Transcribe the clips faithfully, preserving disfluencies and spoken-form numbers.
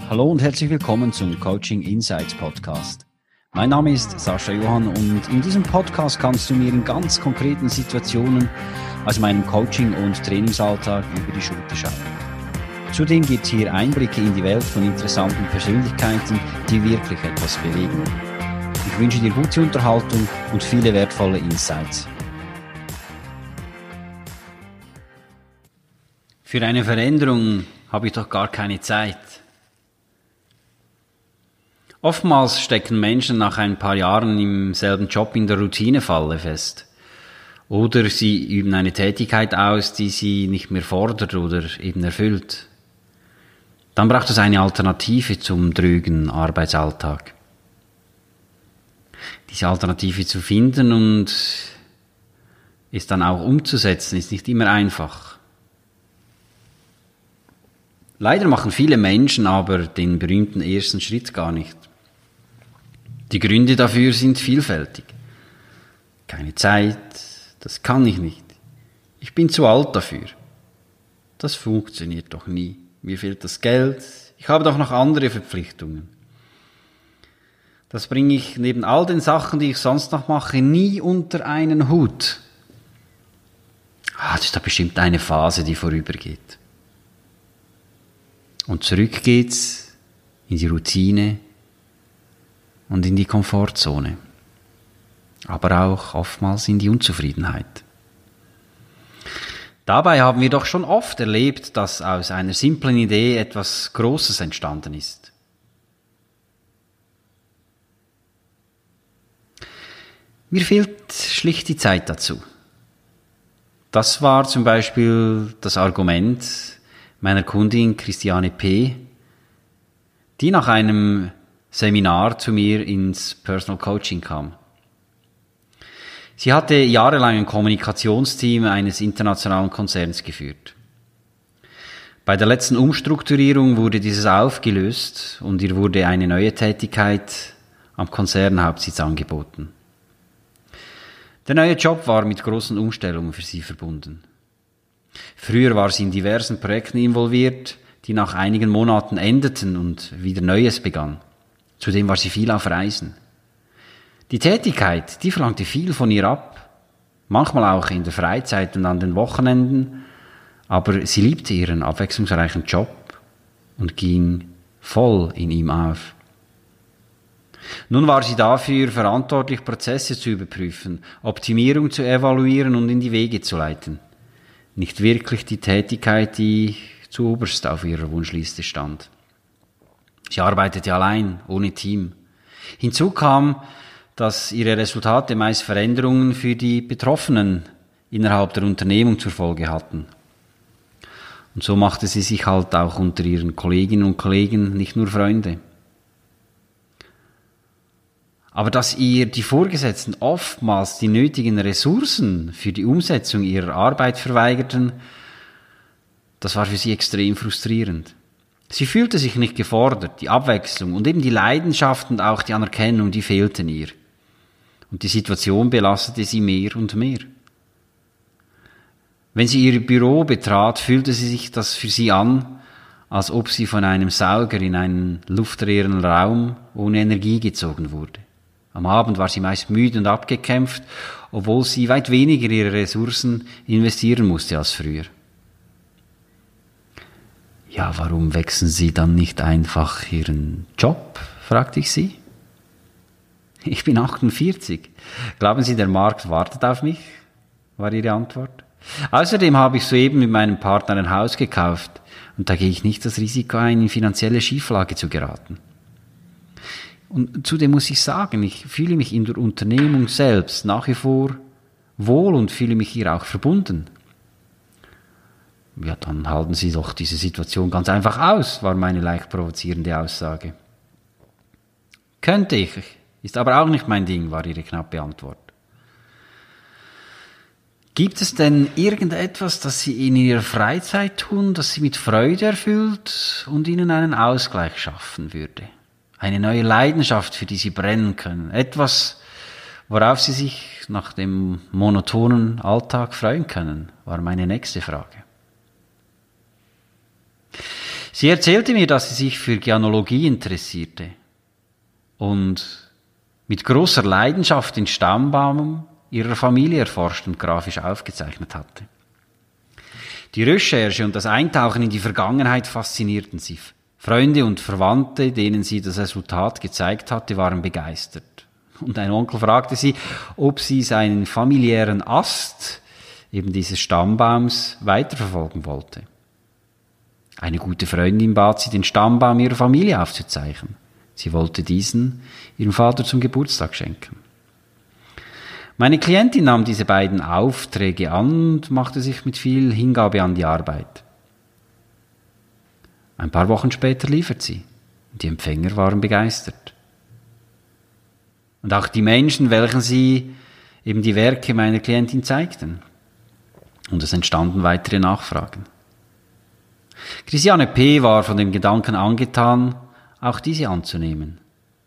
Hallo und herzlich willkommen zum Coaching Insights Podcast. Mein Name ist Sascha Johann und in diesem Podcast kannst du mir in ganz konkreten Situationen aus meinem Coaching- und Trainingsalltag über die Schulter schauen. Zudem gibt es hier Einblicke in die Welt von interessanten Persönlichkeiten, die wirklich etwas bewegen. Ich wünsche dir gute Unterhaltung und viele wertvolle Insights. Für eine Veränderung habe ich doch gar keine Zeit. Oftmals stecken Menschen nach ein paar Jahren im selben Job in der Routinefalle fest. Oder sie üben eine Tätigkeit aus, die sie nicht mehr fordert oder eben erfüllt. Dann braucht es eine Alternative zum drögen Arbeitsalltag. Diese Alternative zu finden und ist dann auch umzusetzen, ist nicht immer einfach. Leider machen viele Menschen aber den berühmten ersten Schritt gar nicht. Die Gründe dafür sind vielfältig. Keine Zeit, das kann ich nicht. Ich bin zu alt dafür. Das funktioniert doch nie. Mir fehlt das Geld. Ich habe doch noch andere Verpflichtungen. Das bringe ich neben all den Sachen, die ich sonst noch mache, nie unter einen Hut. Ah, das ist doch bestimmt eine Phase, die vorübergeht. Und zurück geht's in die Routine und in die Komfortzone, aber auch oftmals in die Unzufriedenheit. Dabei haben wir doch schon oft erlebt, dass aus einer simplen Idee etwas Großes entstanden ist. Mir fehlt schlicht die Zeit dazu. Das war zum Beispiel das Argument meiner Kundin Christiane P., die nach einem Seminar zu mir ins Personal Coaching kam. Sie hatte jahrelang ein Kommunikationsteam eines internationalen Konzerns geführt. Bei der letzten Umstrukturierung wurde dieses aufgelöst und ihr wurde eine neue Tätigkeit am Konzernhauptsitz angeboten. Der neue Job war mit großen Umstellungen für sie verbunden. Früher war sie in diversen Projekten involviert, die nach einigen Monaten endeten und wieder Neues begann. Zudem war sie viel auf Reisen. Die Tätigkeit, die verlangte viel von ihr ab, manchmal auch in der Freizeit und an den Wochenenden, aber sie liebte ihren abwechslungsreichen Job und ging voll in ihm auf. Nun war sie dafür verantwortlich, Prozesse zu überprüfen, Optimierung zu evaluieren und in die Wege zu leiten. Nicht wirklich die Tätigkeit, die zuoberst auf ihrer Wunschliste stand. Sie arbeitete allein, ohne Team. Hinzu kam, dass ihre Resultate meist Veränderungen für die Betroffenen innerhalb der Unternehmung zur Folge hatten. Und so machte sie sich halt auch unter ihren Kolleginnen und Kollegen nicht nur Freunde. Aber dass ihr die Vorgesetzten oftmals die nötigen Ressourcen für die Umsetzung ihrer Arbeit verweigerten, das war für sie extrem frustrierend. Sie fühlte sich nicht gefordert, die Abwechslung und eben die Leidenschaft und auch die Anerkennung, die fehlten ihr. Und die Situation belastete sie mehr und mehr. Wenn sie ihr Büro betrat, fühlte sie sich das für sie an, als ob sie von einem Sauger in einen luftleeren Raum ohne Energie gezogen wurde. Am Abend war sie meist müde und abgekämpft, obwohl sie weit weniger ihre Ressourcen investieren musste als früher. Ja, warum wechseln Sie dann nicht einfach Ihren Job? Fragte ich sie. Ich bin achtundvierzig. Glauben Sie, der Markt wartet auf mich? War ihre Antwort. Außerdem habe ich soeben mit meinem Partner ein Haus gekauft und da gehe ich nicht das Risiko ein, in finanzielle Schieflage zu geraten. Und zudem muss ich sagen, ich fühle mich in der Unternehmung selbst nach wie vor wohl und fühle mich hier auch verbunden. Ja, dann halten Sie doch diese Situation ganz einfach aus, war meine leicht provozierende Aussage. Könnte ich, ist aber auch nicht mein Ding, war ihre knappe Antwort. Gibt es denn irgendetwas, das Sie in Ihrer Freizeit tun, das Sie mit Freude erfüllt und Ihnen einen Ausgleich schaffen würde? Eine neue Leidenschaft, für die Sie brennen können. Etwas, worauf Sie sich nach dem monotonen Alltag freuen können, war meine nächste Frage. Sie erzählte mir, dass sie sich für Genealogie interessierte und mit großer Leidenschaft den Stammbaum ihrer Familie erforscht und grafisch aufgezeichnet hatte. Die Recherche und das Eintauchen in die Vergangenheit faszinierten sie. Freunde und Verwandte, denen sie das Resultat gezeigt hatte, waren begeistert. Und ein Onkel fragte sie, ob sie seinen familiären Ast, eben dieses Stammbaums, weiterverfolgen wollte. Eine gute Freundin bat sie, den Stammbaum ihrer Familie aufzuzeichnen. Sie wollte diesen ihrem Vater zum Geburtstag schenken. Meine Klientin nahm diese beiden Aufträge an und machte sich mit viel Hingabe an die Arbeit. Ein paar Wochen später liefert sie. Die Empfänger waren begeistert. Und auch die Menschen, welchen sie eben die Werke meiner Klientin zeigten. Und es entstanden weitere Nachfragen. Christiane P. war von dem Gedanken angetan, auch diese anzunehmen.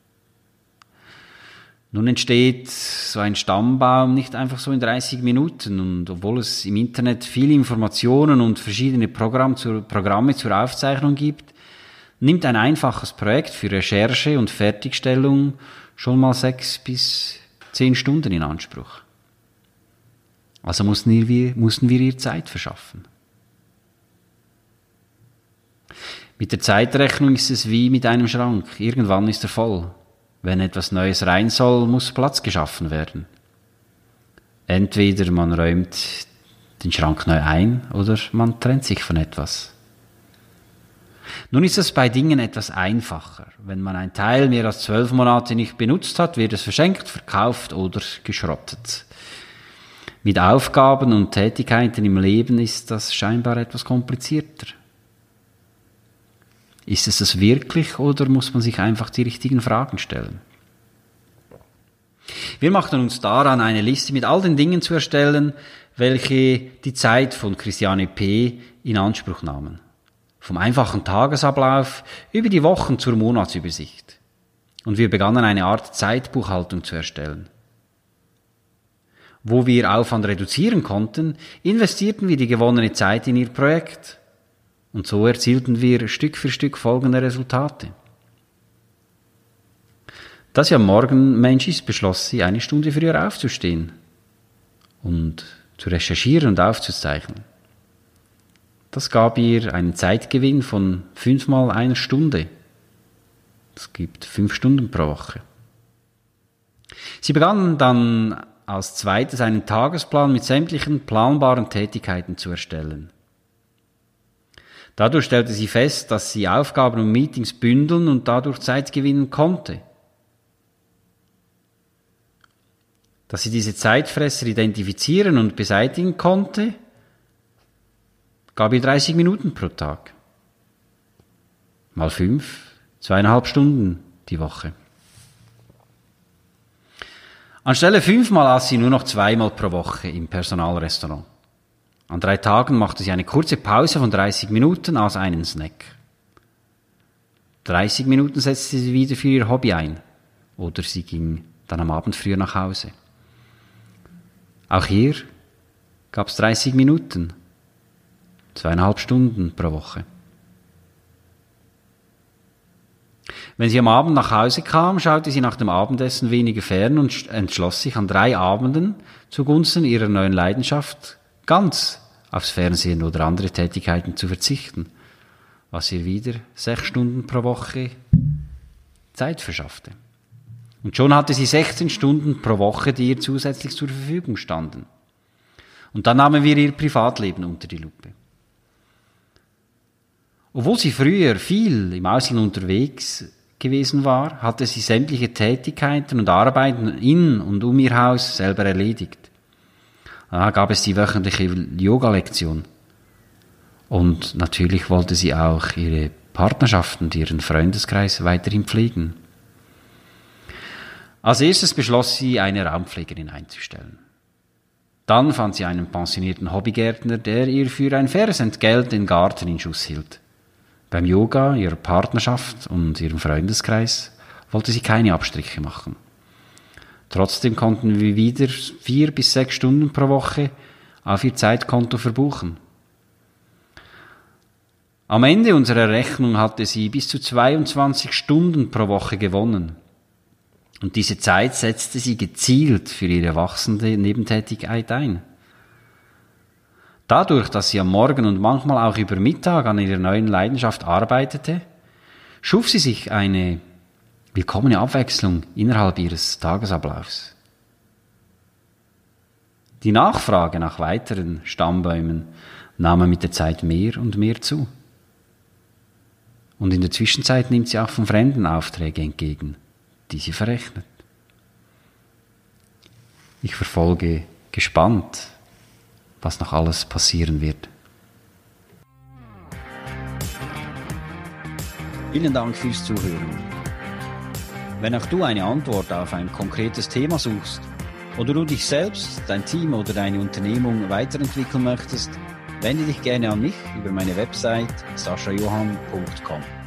Nun entsteht so ein Stammbaum nicht einfach so in dreißig Minuten, und obwohl es im Internet viele Informationen und verschiedene Programme zur, Programme zur Aufzeichnung gibt, nimmt ein einfaches Projekt für Recherche und Fertigstellung schon mal sechs bis zehn Stunden in Anspruch. Also mussten wir, mussten wir ihr Zeit verschaffen. Mit der Zeitrechnung ist es wie mit einem Schrank. Irgendwann ist er voll. Wenn etwas Neues rein soll, muss Platz geschaffen werden. Entweder man räumt den Schrank neu ein oder man trennt sich von etwas. Nun ist es bei Dingen etwas einfacher. Wenn man ein Teil mehr als zwölf Monate nicht benutzt hat, wird es verschenkt, verkauft oder geschrottet. Mit Aufgaben und Tätigkeiten im Leben ist das scheinbar etwas komplizierter. Ist es das wirklich, oder muss man sich einfach die richtigen Fragen stellen? Wir machten uns daran, eine Liste mit all den Dingen zu erstellen, welche die Zeit von Christiane P. in Anspruch nahmen. Vom einfachen Tagesablauf über die Wochen zur Monatsübersicht. Und wir begannen eine Art Zeitbuchhaltung zu erstellen. Wo wir Aufwand reduzieren konnten, investierten wir die gewonnene Zeit in ihr Projekt. Und so erzielten wir Stück für Stück folgende Resultate. Da sie am Morgen Mensch ist, beschloss sie, eine Stunde früher aufzustehen und zu recherchieren und aufzuzeichnen. Das gab ihr einen Zeitgewinn von fünfmal einer Stunde. Das gibt fünf Stunden pro Woche. Sie begann dann als zweites einen Tagesplan mit sämtlichen planbaren Tätigkeiten zu erstellen. Dadurch stellte sie fest, dass sie Aufgaben und Meetings bündeln und dadurch Zeit gewinnen konnte. Dass sie diese Zeitfresser identifizieren und beseitigen konnte, gab ihr dreißig Minuten pro Tag. Mal fünf, zweieinhalb Stunden die Woche. Anstelle fünfmal aß sie nur noch zweimal pro Woche im Personalrestaurant. An drei Tagen machte sie eine kurze Pause von dreißig Minuten, aß einen Snack. dreißig Minuten setzte sie wieder für ihr Hobby ein. Oder sie ging dann am Abend früher nach Hause. Auch hier gab es dreißig Minuten. Zweieinhalb Stunden pro Woche. Wenn sie am Abend nach Hause kam, schaute sie nach dem Abendessen weniger fern und entschloss sich an drei Abenden zugunsten ihrer neuen Leidenschaft ganz aufs Fernsehen oder andere Tätigkeiten zu verzichten, was ihr wieder sechs Stunden pro Woche Zeit verschaffte. Und schon hatte sie sechzehn Stunden pro Woche, die ihr zusätzlich zur Verfügung standen. Und dann nahmen wir ihr Privatleben unter die Lupe. Obwohl sie früher viel im Ausland unterwegs gewesen war, hatte sie sämtliche Tätigkeiten und Arbeiten in und um ihr Haus selber erledigt. Da gab es die wöchentliche Yoga-Lektion. Und natürlich wollte sie auch ihre Partnerschaft und ihren Freundeskreis weiterhin pflegen. Als erstes beschloss sie, eine Raumpflegerin einzustellen. Dann fand sie einen pensionierten Hobbygärtner, der ihr für ein faires Entgelt den Garten in Schuss hielt. Beim Yoga, ihrer Partnerschaft und ihrem Freundeskreis wollte sie keine Abstriche machen. Trotzdem konnten wir wieder vier bis sechs Stunden pro Woche auf ihr Zeitkonto verbuchen. Am Ende unserer Rechnung hatte sie bis zu zweiundzwanzig Stunden pro Woche gewonnen. Und diese Zeit setzte sie gezielt für ihre wachsende Nebentätigkeit ein. Dadurch, dass sie am Morgen und manchmal auch über Mittag an ihrer neuen Leidenschaft arbeitete, schuf sie sich eine willkommene Abwechslung innerhalb ihres Tagesablaufs. Die Nachfrage nach weiteren Stammbäumen nahm mit der Zeit mehr und mehr zu. Und in der Zwischenzeit nimmt sie auch von Fremden Aufträge entgegen, die sie verrechnet. Ich verfolge gespannt, was noch alles passieren wird. Vielen Dank fürs Zuhören. Wenn auch du eine Antwort auf ein konkretes Thema suchst oder du dich selbst, dein Team oder deine Unternehmung weiterentwickeln möchtest, wende dich gerne an mich über meine Website sascha johann punkt com.